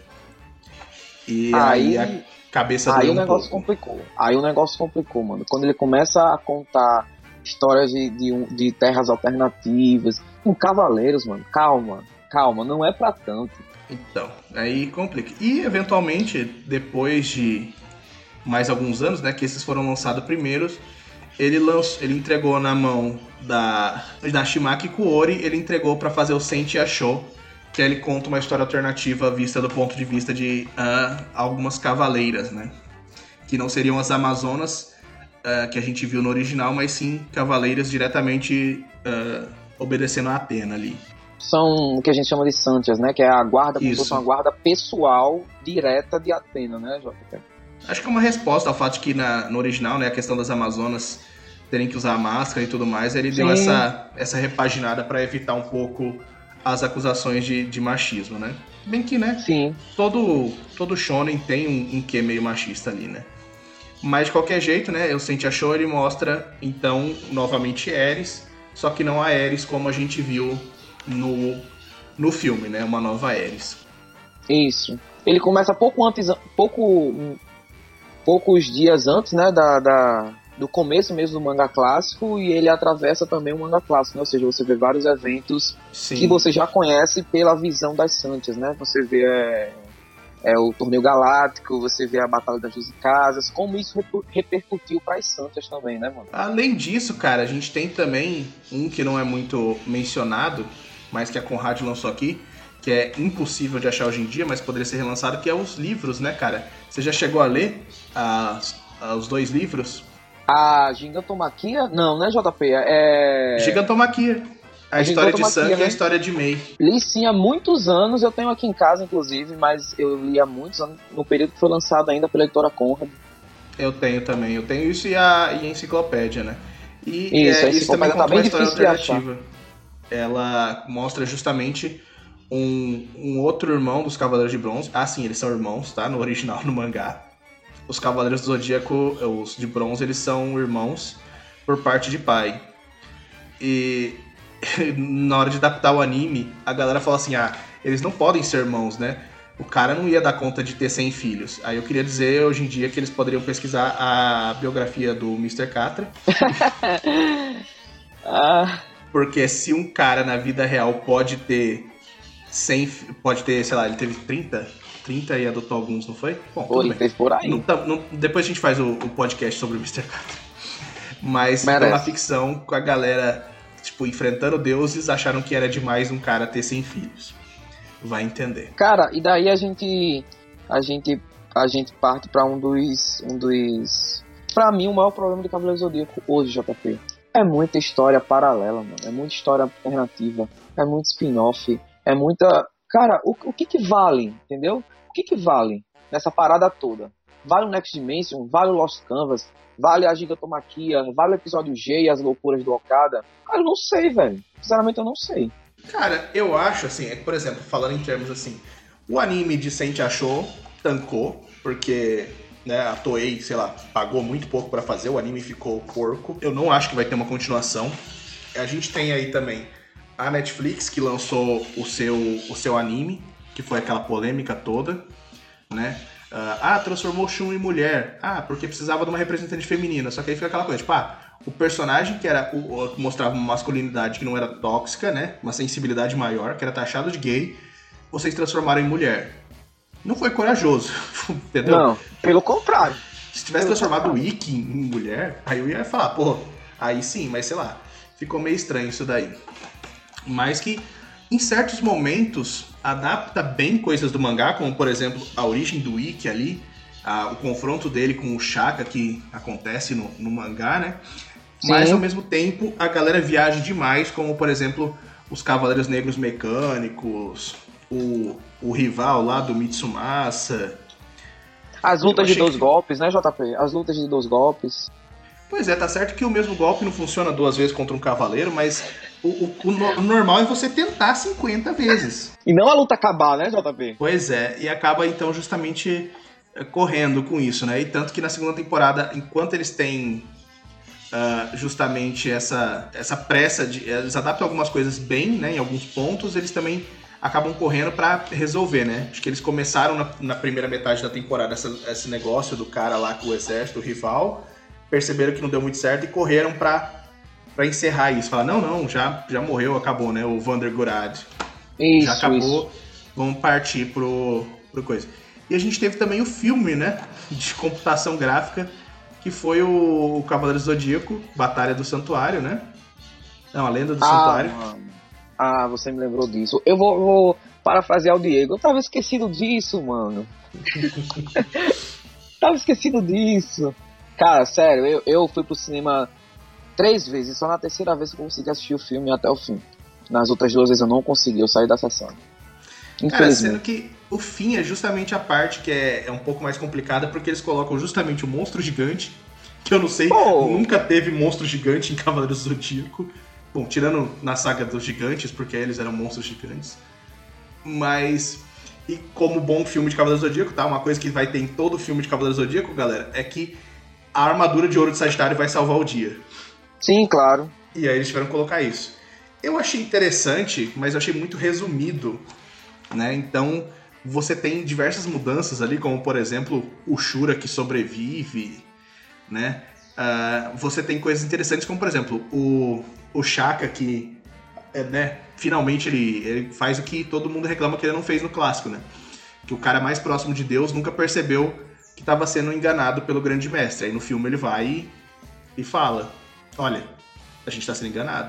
E aí, aí a cabeça aí doeu o um negócio pouco. complicou. Aí o negócio complicou, mano. Quando ele começa a contar histórias de, de, de terras alternativas, com cavaleiros, mano, calma, calma, não é pra tanto. Então, aí complica. E, eventualmente, depois de mais alguns anos, né, que esses foram lançados primeiros, ele, lançou, ele entregou na mão da, da Shimaki Kuori, ele entregou para fazer o Senti Asho, que ele conta uma história alternativa vista do ponto de vista de uh, algumas cavaleiras, né? Que não seriam as Amazonas uh, que a gente viu no original, mas sim cavaleiras diretamente uh, obedecendo a Atena ali. São o que a gente chama de Santias, né? Que é a guarda, como se fosse uma guarda pessoal direta de Atena, né, J P? Acho que é uma resposta ao fato de que na, no original, né, a questão das Amazonas terem que usar máscara e tudo mais, ele Sim. deu essa, essa repaginada para evitar um pouco as acusações de, de machismo, né? Bem que, né? Sim. Todo, todo shonen tem um, um quê meio machista ali, né? Mas de qualquer jeito, né? O Senti Asho, ele mostra, então, novamente Ares, só que não a Ares como a gente viu no, no filme, né? Uma nova Ares. Isso. Ele começa pouco antes, pouco, poucos dias antes, né? Da, da, do começo mesmo do mangá clássico, e ele atravessa também o mangá clássico, né? Ou seja, você vê vários eventos Sim. que você já conhece pela visão das Santias, né? Você vê é, é, o Torneio Galáctico, você vê a Batalha das Doze Casas, como isso repercutiu para as Santias também, né, mano? Além disso, cara, a gente tem também um que não é muito mencionado, mas que a Conrad lançou aqui, que é impossível de achar hoje em dia, mas poderia ser relançado, que é os livros, né, cara? Você já chegou a ler as, os dois livros? A Gigantomaquia? Não, né, J P? É... Gigantomaquia. A, a história de Sangue, né? E a história de Mei. Li sim há muitos anos, eu tenho aqui em casa, inclusive, mas eu li há muitos anos, no período que foi lançado ainda pela editora Conrad. Eu tenho também, eu tenho isso e a, e a enciclopédia, né? E isso, é, isso também conta tá uma história alternativa. Ela mostra justamente um, um outro irmão dos Cavaleiros de Bronze. Ah, sim, eles são irmãos, tá? No original, no mangá. Os Cavaleiros do Zodíaco, os de Bronze, eles são irmãos por parte de pai. E na hora de adaptar o anime, a galera fala assim, ah, eles não podem ser irmãos, né? O cara não ia dar conta de ter cem filhos. Aí eu queria dizer, hoje em dia, que eles poderiam pesquisar a biografia do mister Catra. ah... Porque se um cara na vida real pode ter cem, pode ter, sei lá, ele teve trinta, trinta e adotou alguns, não foi? Bom, Pô, ele teve por aí. Não, não, depois a gente faz o, o podcast sobre o mister Catra. Mas ficou na ficção com a galera, tipo, enfrentando deuses, acharam que era demais um cara ter cem filhos. Vai entender. Cara, e daí a gente a gente a gente parte pra um dos um dos pra mim o maior problema do Cavaleiro Zodíaco hoje, J P. É muita história paralela, mano. É muita história alternativa, é muito spin-off, é muita, cara, o, o que que vale, entendeu? O que que vale nessa parada toda? Vale o Next Dimension, vale o Lost Canvas, vale a Gigatomaquia, vale o episódio G e as loucuras do Okada? Cara, eu não sei, velho. Sinceramente eu não sei. Cara, eu acho assim, é que, por exemplo, falando em termos assim, o anime de Saint Achou tancou, porque, né, a Toei, sei lá, pagou muito pouco pra fazer, o anime ficou porco. Eu não acho que vai ter uma continuação. A gente tem aí também a Netflix, que lançou o seu, o seu anime, que foi aquela polêmica toda, né? Uh, ah, transformou Shun em mulher. Ah, porque precisava de uma representante feminina. Só que aí fica aquela coisa, tipo, ah, o personagem que era o, o, mostrava uma masculinidade que não era tóxica, né? Uma sensibilidade maior, que era taxado de gay, vocês transformaram em mulher. Não foi corajoso, entendeu? Não, pelo contrário. Se tivesse pelo transformado o Ikki em mulher, aí eu ia falar, pô, aí sim, mas sei lá, ficou meio estranho isso daí. Mas que, em certos momentos, adapta bem coisas do mangá, como, por exemplo, a origem do Ikki ali, a, o confronto dele com o Shaka, que acontece no, no mangá, né? Sim. Mas, ao mesmo tempo, a galera viaja demais, como, por exemplo, os Cavaleiros Negros Mecânicos, o, o rival lá do Mitsumasa. As lutas de dois que... golpes, né, J P? As lutas de dois golpes. Pois é, tá certo que o mesmo golpe não funciona duas vezes contra um cavaleiro, mas o, o, o, o normal é você tentar cinquenta vezes. E não a luta acabar, né, J P? Pois é, e acaba então justamente correndo com isso, né? E tanto que na segunda temporada, enquanto eles têm uh, justamente essa, essa pressa, de, eles adaptam algumas coisas bem, né, em alguns pontos, eles também acabam correndo pra resolver, né? Acho que eles começaram na, na primeira metade da temporada essa, esse negócio do cara lá com o exército, o rival, perceberam que não deu muito certo e correram pra, pra encerrar isso. Falaram, não, não, já, já morreu, acabou, né? O Vander Gurad. Isso, já acabou, isso. Vamos partir pro, pro coisa. E a gente teve também o filme, né? De computação gráfica, que foi o, o Cavaleiro Zodíaco, Batalha do Santuário, né? Não, a Lenda do ah, Santuário. Mano. Ah, você me lembrou disso. Eu vou, vou parafrasear o Diego. Eu tava esquecido disso, mano. Tava esquecido disso. Cara, sério, eu, eu fui pro cinema três vezes. Só na terceira vez que eu consegui assistir o filme até o fim. Nas outras duas vezes eu não consegui, eu saí da sessão. Cara, sendo que o fim é justamente a parte que é, é um pouco mais complicada, porque eles colocam justamente o monstro gigante, que eu não sei, oh. nunca teve monstro gigante em Cavaleiros do Zodíaco. Bom, tirando na saga dos gigantes, porque eles eram monstros gigantes. Mas, e como bom filme de Cavaleiro do Zodíaco, tá? Uma coisa que vai ter em todo filme de Cavaleiro do Zodíaco, galera, é que a armadura de ouro de Sagitário vai salvar o dia. Sim, claro. E aí eles tiveram que colocar isso. Eu achei interessante, mas eu achei muito resumido, né? Então, você tem diversas mudanças ali, como, por exemplo, o Shura que sobrevive, né? Uh, você tem coisas interessantes, como, por exemplo, o... o Shaka, que, é, né, finalmente ele, ele faz o que todo mundo reclama que ele não fez no clássico, né? Que o cara mais próximo de Deus nunca percebeu que estava sendo enganado pelo grande mestre. Aí no filme ele vai e, e fala, olha, a gente está sendo enganado.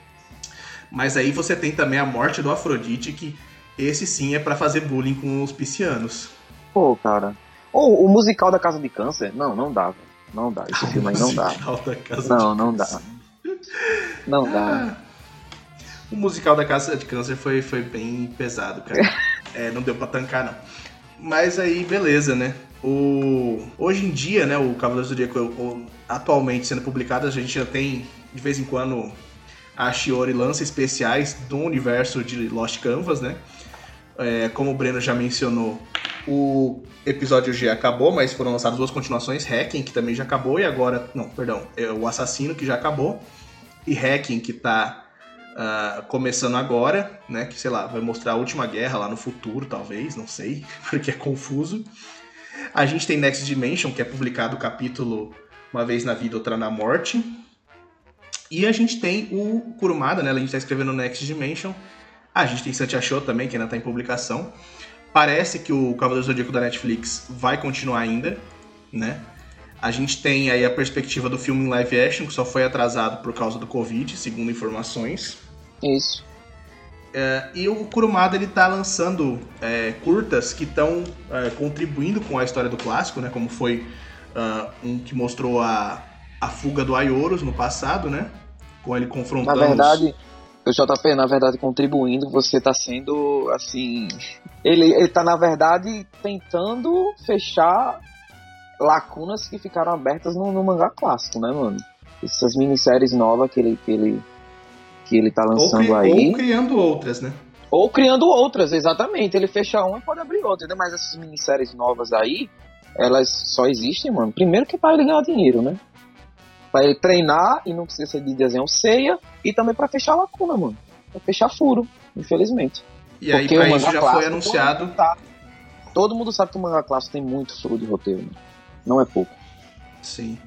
Mas aí você tem também a morte do Afrodite, que esse sim é para fazer bullying com os piscianos. Pô, cara. Ou o musical da Casa de Câncer? Não, não dá, velho. Não dá, esse filme aí não dá. Da Casa não, de não dá. Não dá. Ah, o musical da Casa de Câncer foi, foi bem pesado, cara. É, não deu pra tancar, não. Mas aí, beleza, né? O... Hoje em dia, né, o Cavaleiro do Zodíaco, o... atualmente sendo publicado, a gente já tem, de vez em quando, a Shiori lança especiais do universo de Lost Canvas, né? É, como o Breno já mencionou, o episódio G acabou, mas foram lançadas duas continuações, Hacking, que também já acabou, e agora... Não, perdão, é o Assassino, que já acabou, e Hacking, que tá uh, começando agora, né? Que, sei lá, vai mostrar a última guerra lá no futuro, talvez, não sei, porque é confuso. A gente tem Next Dimension, que é publicado o capítulo Uma Vez na Vida, Outra na Morte. E a gente tem o Kurumada, né? A gente tá escrevendo Next Dimension. Ah, a gente tem Saint Achou também, que ainda tá em publicação. Parece que o Cavaleiro Zodíaco da Netflix vai continuar ainda, né? A gente tem aí a perspectiva do filme em live action, que só foi atrasado por causa do Covid, segundo informações. Isso. É, e o Kurumada, ele tá lançando é, curtas que estão é, contribuindo com a história do clássico, né? Como foi uh, um que mostrou a, a fuga do Aioros no passado, né? Com ele confrontando... Na verdade, o J P, na verdade, contribuindo, você tá sendo, assim... Ele, ele tá, na verdade, tentando fechar lacunas que ficaram abertas no, no mangá clássico, né, mano? Essas minisséries novas que ele, que ele, que ele tá lançando ou cri, aí. Ou criando outras, né? Ou criando outras, exatamente. Ele fecha uma e pode abrir outra, entendeu? Mas essas minisséries novas aí, elas só existem, mano. Primeiro que pra ele ganhar dinheiro, né? Pra ele treinar e não precisa ser de desenho ceia. E também pra fechar lacuna, mano. Pra fechar furo, infelizmente. E aí, pra isso já foi anunciado... Tá. Todo mundo sabe que o mangá clássico tem muito furo de roteiro, né? Não é pouco. Sim.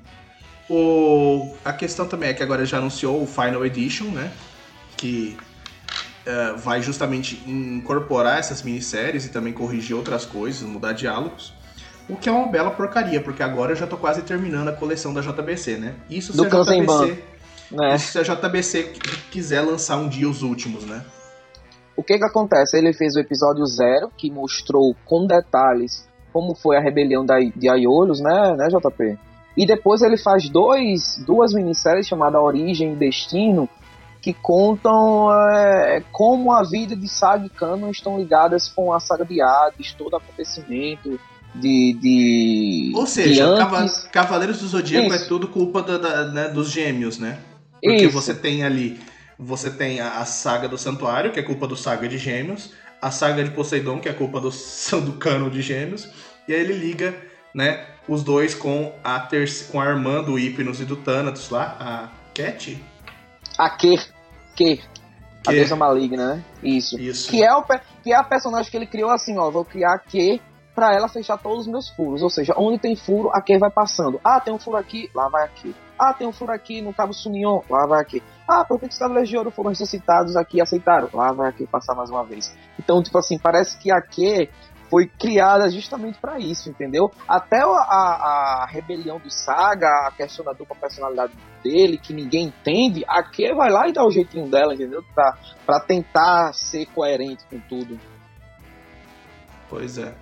O... A questão também é que agora já anunciou o Final Edition, né? Que uh, vai justamente incorporar essas minisséries e também corrigir outras coisas, mudar diálogos. O que é uma bela porcaria, porque agora eu já tô quase terminando a coleção da J B C, né? Isso se Do a J B C, né? Isso se a J B C quiser lançar um dia os últimos, né? O que que acontece? Ele fez o episódio zero, que mostrou com detalhes como foi a rebelião da, de Aiolos, né, né, J P? E depois ele faz dois, duas minisséries chamadas Origem e Destino, que contam é, como a vida de Saga e Canon estão ligadas com a saga de Hades, todo acontecimento de... de Ou seja, de antes... Cavaleiros do Zodíaco Isso. é tudo culpa da, da, né, dos gêmeos, né? Porque Isso. você tem ali, você tem a, a saga do Santuário, que é culpa do Saga de Gêmeos, a saga de Poseidon, que é culpa do, do Canon de Gêmeos, e aí ele liga, né, os dois com a, terci, com a irmã do Hypnos e do Thanatos lá, a Cat? A Ker, Ker, Que? a deusa maligna, né? Isso. Isso. Que é, o, que é a personagem que ele criou assim, ó, vou criar a Ker pra ela fechar todos os meus furos, ou seja, onde tem furo, a Ker vai passando. Ah, tem um furo aqui, lá vai aqui. Ah, tem um furo aqui no Cabo Sunion, lá vai aqui. Ah, por que os Cavaleiros de Ouro foram ressuscitados aqui e aceitaram? Lá vai aqui passar mais uma vez. Então, tipo assim, parece que a Ker foi criada justamente para isso, entendeu? Até a, a, a rebelião do Saga, a questão da dupla personalidade dele, que ninguém entende, a Ker vai lá e dá o jeitinho dela, entendeu? Pra, pra tentar ser coerente com tudo. Pois é.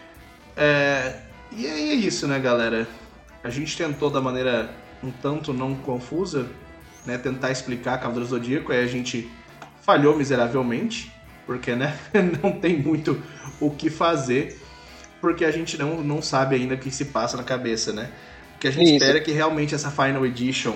é. E aí é isso, né, galera? A gente tentou da maneira um tanto não confusa, né, tentar explicar Cavaleiro Zodíaco, aí a gente falhou miseravelmente, porque, né, não tem muito o que fazer, porque a gente não, não sabe ainda o que se passa na cabeça, né? O que a gente Isso. espera é que realmente essa Final Edition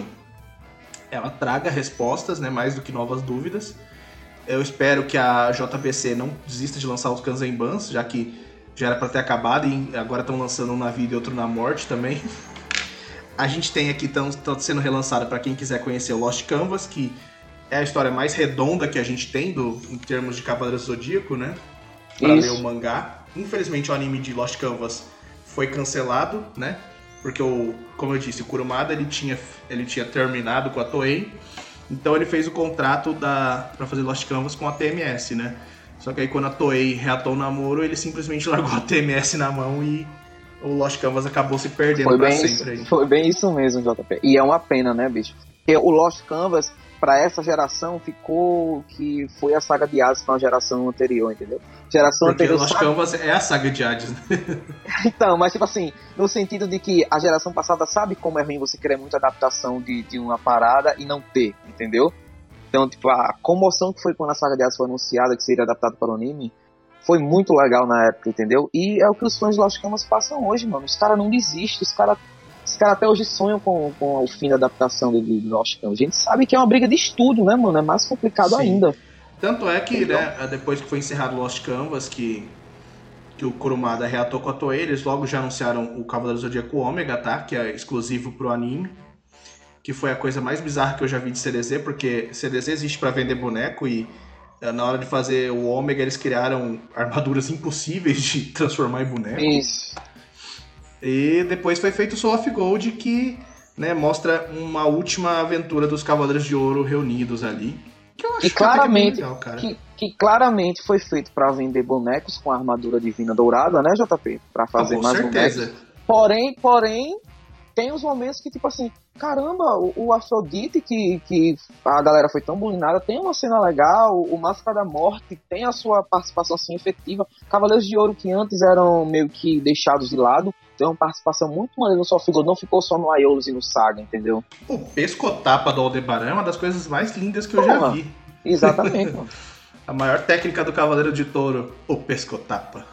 ela traga respostas, né, mais do que novas dúvidas. Eu espero que a J B C não desista de lançar os Kanzenbans, já que já era para ter acabado e agora estão lançando um na vida e outro na morte também. A gente tem aqui, estão sendo relançada para quem quiser conhecer o Lost Canvas, que é a história mais redonda que a gente tem do, em termos de Cavaleiro Zodíaco, né? Para ler o mangá. Infelizmente o anime de Lost Canvas foi cancelado, né? Porque, o, como eu disse, o Kurumada ele tinha, ele tinha terminado com a Toei, então ele fez o contrato para fazer Lost Canvas com a T M S, né? Só que aí quando a Toei reatou o namoro, ele simplesmente largou a T M S na mão e o Lost Canvas acabou se perdendo foi pra bem sempre. Isso, aí. Foi bem isso mesmo, J P. E é uma pena, né, bicho? Porque o Lost Canvas, pra essa geração, ficou que foi a saga de Hades com a geração anterior, entendeu? Geração Porque anterior, o Lost sabe? Canvas é a saga de Hades, né? Então, mas tipo assim, no sentido de que a geração passada sabe como é ruim você querer muita adaptação de, de uma parada e não ter, entendeu? Então, tipo, a comoção que foi quando a saga de Hades foi anunciada que seria adaptada para o anime foi muito legal na época, entendeu? E é o que os fãs de Lost Canvas passam hoje, mano. Os caras não desistem, os caras os cara até hoje sonham com, com o fim da adaptação de, de Lost Canvas. A gente sabe que é uma briga de estudo, né, mano? É mais complicado Sim. ainda. Tanto é que, entendeu? né, depois que foi encerrado Lost Canvas, que, que o Kurumada reatou com a Toei, eles logo já anunciaram o Cavaleiro Zodíaco Ômega, tá? Que é exclusivo pro anime. Que foi a coisa mais bizarra que eu já vi de C D Z, porque C D Z existe pra vender boneco e na hora de fazer o Ômega, eles criaram armaduras impossíveis de transformar em boneco. Isso. E depois foi feito o Soul of Gold, que, né, mostra uma última aventura dos Cavaleiros de Ouro reunidos ali. Que eu acho que que claramente, é legal, cara. Que, que claramente foi feito para vender bonecos com a armadura divina dourada, né, J P? Para fazer ah, com mais certeza. bonecos. Porém, porém, tem os momentos que, tipo assim, caramba, o, o Afrodite, que, que a galera foi tão bulinada, tem uma cena legal, o Máscara da Morte tem a sua participação assim efetiva, Cavaleiros de Ouro, que antes eram meio que deixados de lado, tem uma participação muito maneira no sua figura, não ficou só no Aiolos e no Saga, entendeu? O pescotapa do Aldebaran é uma das coisas mais lindas que eu Porra, já vi. Exatamente, mano. A maior técnica do Cavaleiro de Touro, o pescotapa.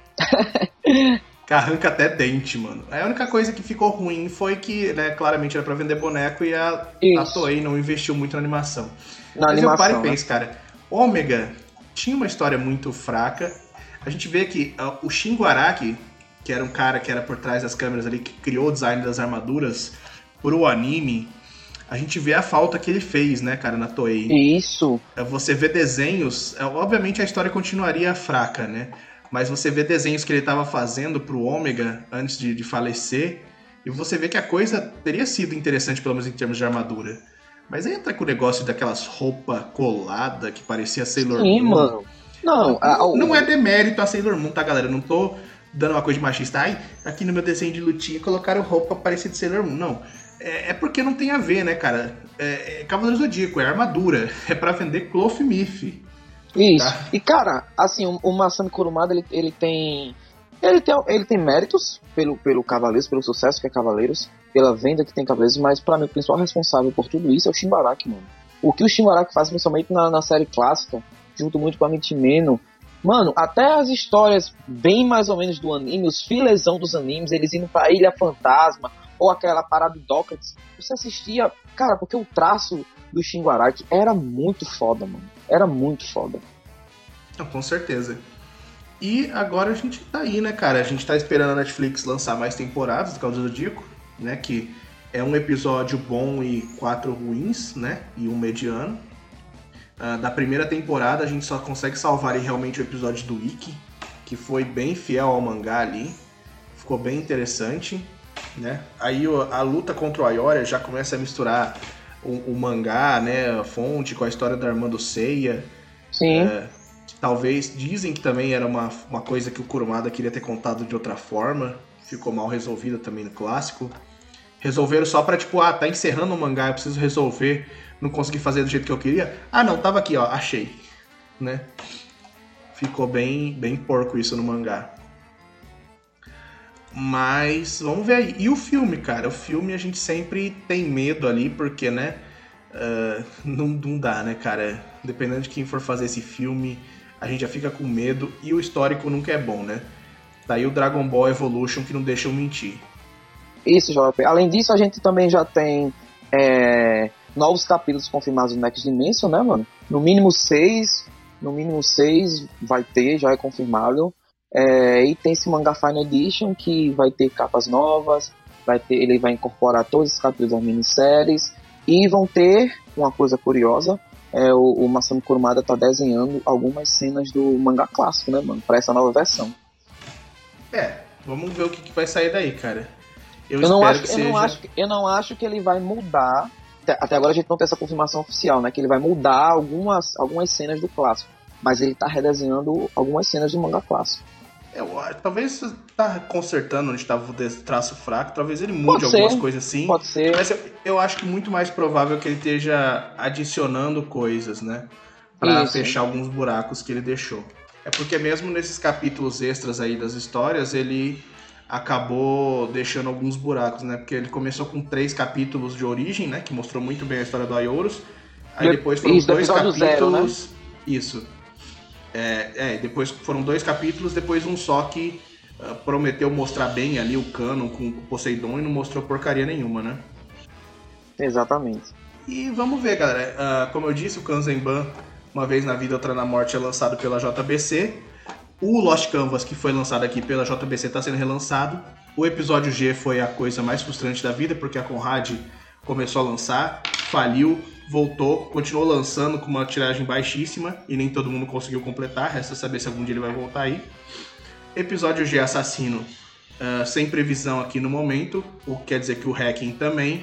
Que arranca até dente, mano. A única coisa que ficou ruim foi que, né, claramente era pra vender boneco e a, a Toei não investiu muito na animação. Na Mas animação, eu paro e penso, né? cara, Ômega tinha uma história muito fraca. A gente vê que uh, o Shingo Araki, que era um cara que era por trás das câmeras ali, que criou o design das armaduras pro anime, a gente vê a falta que ele fez, né, cara, na Toei. Isso. Você vê desenhos, obviamente a história continuaria fraca, né? Mas você vê desenhos que ele estava fazendo pro Ômega antes de, de falecer, e você vê que a coisa teria sido interessante, pelo menos em termos de armadura. Mas aí entra com o negócio daquelas roupas coladas que parecia Sailor Sim, Moon. Mano. Não, a, não, não é demérito a Sailor Moon, tá, galera? Não tô dando uma coisa de machista. Ai, aqui no meu desenho de lutinha colocaram roupa parecida de Sailor Moon. Não. É, é porque não tem a ver, né, cara? É, é Cavaleiro Zodíaco, é armadura. É pra vender Cloth Myth. Isso. Tá. E, cara, assim, o, o Masami Kurumada, ele, ele tem... Ele tem, ele tem méritos pelo, pelo Cavaleiros, pelo sucesso que é Cavaleiros, pela venda que tem Cavaleiros, mas pra mim o principal responsável por tudo isso é o Shingo Araki, mano. O que o Shingo Araki faz, principalmente na, na série clássica, junto muito com a Michimeno, mano, até as histórias bem mais ou menos do anime, os filezão dos animes, eles indo pra Ilha Fantasma, ou aquela parada do Dócrates, você assistia, cara, porque o traço do Shingo Araki era muito foda, mano. Era muito foda. Não, com certeza. E agora a gente tá aí, né, cara? A gente tá esperando a Netflix lançar mais temporadas do Cavaleiro do Zodíaco, né? Que é um episódio bom e quatro ruins, né? E um mediano. Uh, da primeira temporada a gente só consegue salvar ali, realmente o episódio do Ikki, que foi bem fiel ao mangá ali. Ficou bem interessante, né? Aí a luta contra o Ayoria já começa a misturar o, o mangá, né? A fonte com a história da irmã do Seiya. Sim. Uh, Talvez, dizem que também era uma, uma coisa que o Kurumada queria ter contado de outra forma. Ficou mal resolvida também no clássico. Resolveram só pra, tipo, ah, tá encerrando o mangá, eu preciso resolver. Não consegui fazer do jeito que eu queria. Ah, não, tava aqui, ó, achei. Né? Ficou bem, bem porco isso no mangá. Mas, vamos ver aí. E o filme, cara? O filme a gente sempre tem medo ali, porque, né? Uh, não, não dá, né, cara? Dependendo de quem for fazer esse filme, a gente já fica com medo e o histórico nunca é bom, né? Daí o Dragon Ball Evolution que não deixa eu mentir. Isso, J P. Além disso, a gente também já tem é, novos capítulos confirmados no Next Dimension, né, mano? No mínimo seis, no mínimo seis vai ter, já é confirmado. É, e tem esse Manga Final Edition que vai ter capas novas, vai ter, ele vai incorporar todos os capítulos das minisséries e vão ter uma coisa curiosa. É, o, o Masami Kurumada tá desenhando algumas cenas do mangá clássico, né, mano? Pra essa nova versão. É, vamos ver o que, que vai sair daí, cara. Eu, eu, não espero acho, que eu, seja... não acho, eu não acho que ele vai mudar. Até, até agora a gente não tem essa confirmação oficial, né? Que ele vai mudar algumas, algumas cenas do clássico. Mas ele tá redesenhando algumas cenas do mangá clássico. É, talvez tá consertando onde estava o traço fraco, talvez ele mude pode algumas ser, coisas assim. Pode ser. Mas eu, eu acho que muito mais provável que ele esteja adicionando coisas, né? Pra Isso. fechar alguns buracos que ele deixou. É porque mesmo nesses capítulos extras aí das histórias, ele acabou deixando alguns buracos, né? Porque ele começou com três capítulos de origem, né? Que mostrou muito bem a história do Aioros. Aí depois foram Isso, dois capítulos... Zero, né? Isso. É, é, depois foram dois capítulos, depois um só que uh, prometeu mostrar bem ali o canon com o Poseidon e não mostrou porcaria nenhuma, né? Exatamente. E vamos ver, galera. Uh, como eu disse, o Kanzenban, Uma Vez na Vida, Outra na Morte, é lançado pela J B C. O Lost Canvas, que foi lançado aqui pela J B C, está sendo relançado. O episódio G foi a coisa mais frustrante da vida, porque a Conrad começou a lançar, faliu, voltou, continuou lançando com uma tiragem baixíssima e nem todo mundo conseguiu completar, resta saber se algum dia ele vai voltar aí. Episódio G Assassino, uh, sem previsão aqui no momento, o que quer dizer que o Hacking também.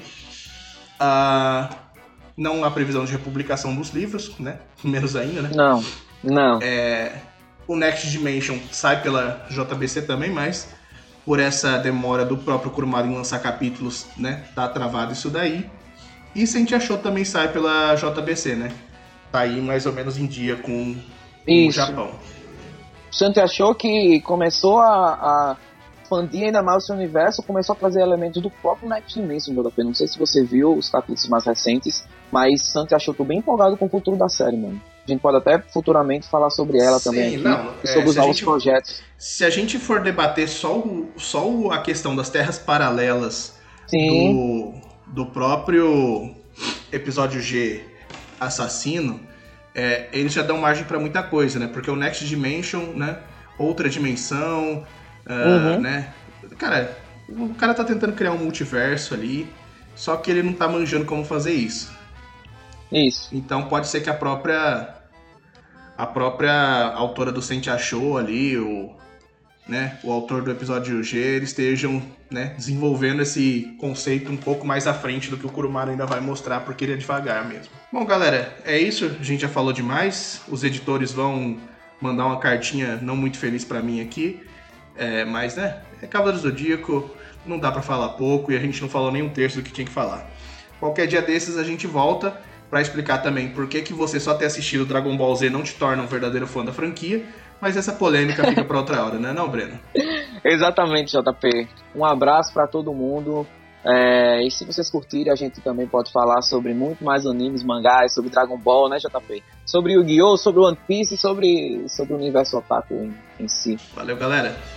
Uh, não há previsão de republicação dos livros, né? Menos ainda, né? Não, não. É, o Next Dimension sai pela J B C também, mas por essa demora do próprio Kurumada em lançar capítulos, né? Tá travado isso daí. E Saint Show também sai pela J B C, né? Tá aí mais ou menos em dia com o Japão. Saint Show que começou a, a expandir ainda mais o seu universo, começou a trazer elementos do próprio Next Dimension, J P. Não sei se você viu os capítulos mais recentes, mas Saint Show, tô bem empolgado com o futuro da série, mano. A gente pode até futuramente falar sobre ela Sim, também aqui, não, e sobre é, os novos gente, projetos. Se a gente for debater só, o, só a questão das terras paralelas do, do próprio episódio G Assassino, é, eles já dão margem para muita coisa, né? Porque o Next Dimension, né? Outra dimensão, uh, uhum. né? Cara, o cara tá tentando criar um multiverso ali, só que ele não tá manjando como fazer isso. Isso. Então pode ser que a própria a própria autora do Saint Show ali, o, né, o autor do episódio G, eles estejam, né, desenvolvendo esse conceito um pouco mais à frente do que o Kurumada ainda vai mostrar, porque ele é devagar mesmo. Bom, galera, é isso. A gente já falou demais. Os editores vão mandar uma cartinha não muito feliz pra mim aqui, é, mas, né, é Cavaleiro do Zodíaco, não dá pra falar pouco e a gente não falou nem um terço do que tinha que falar. Qualquer dia desses a gente volta para explicar também por que, que você só ter assistido Dragon Ball Z não te torna um verdadeiro fã da franquia, mas essa polêmica fica para outra hora, né, não, Breno? Exatamente, J P. Um abraço para todo mundo. É, e se vocês curtirem, a gente também pode falar sobre muito mais animes, mangás, sobre Dragon Ball, né, J P? Sobre Yu-Gi-Oh!, sobre One Piece e sobre, sobre o universo otaku em, em si. Valeu, galera!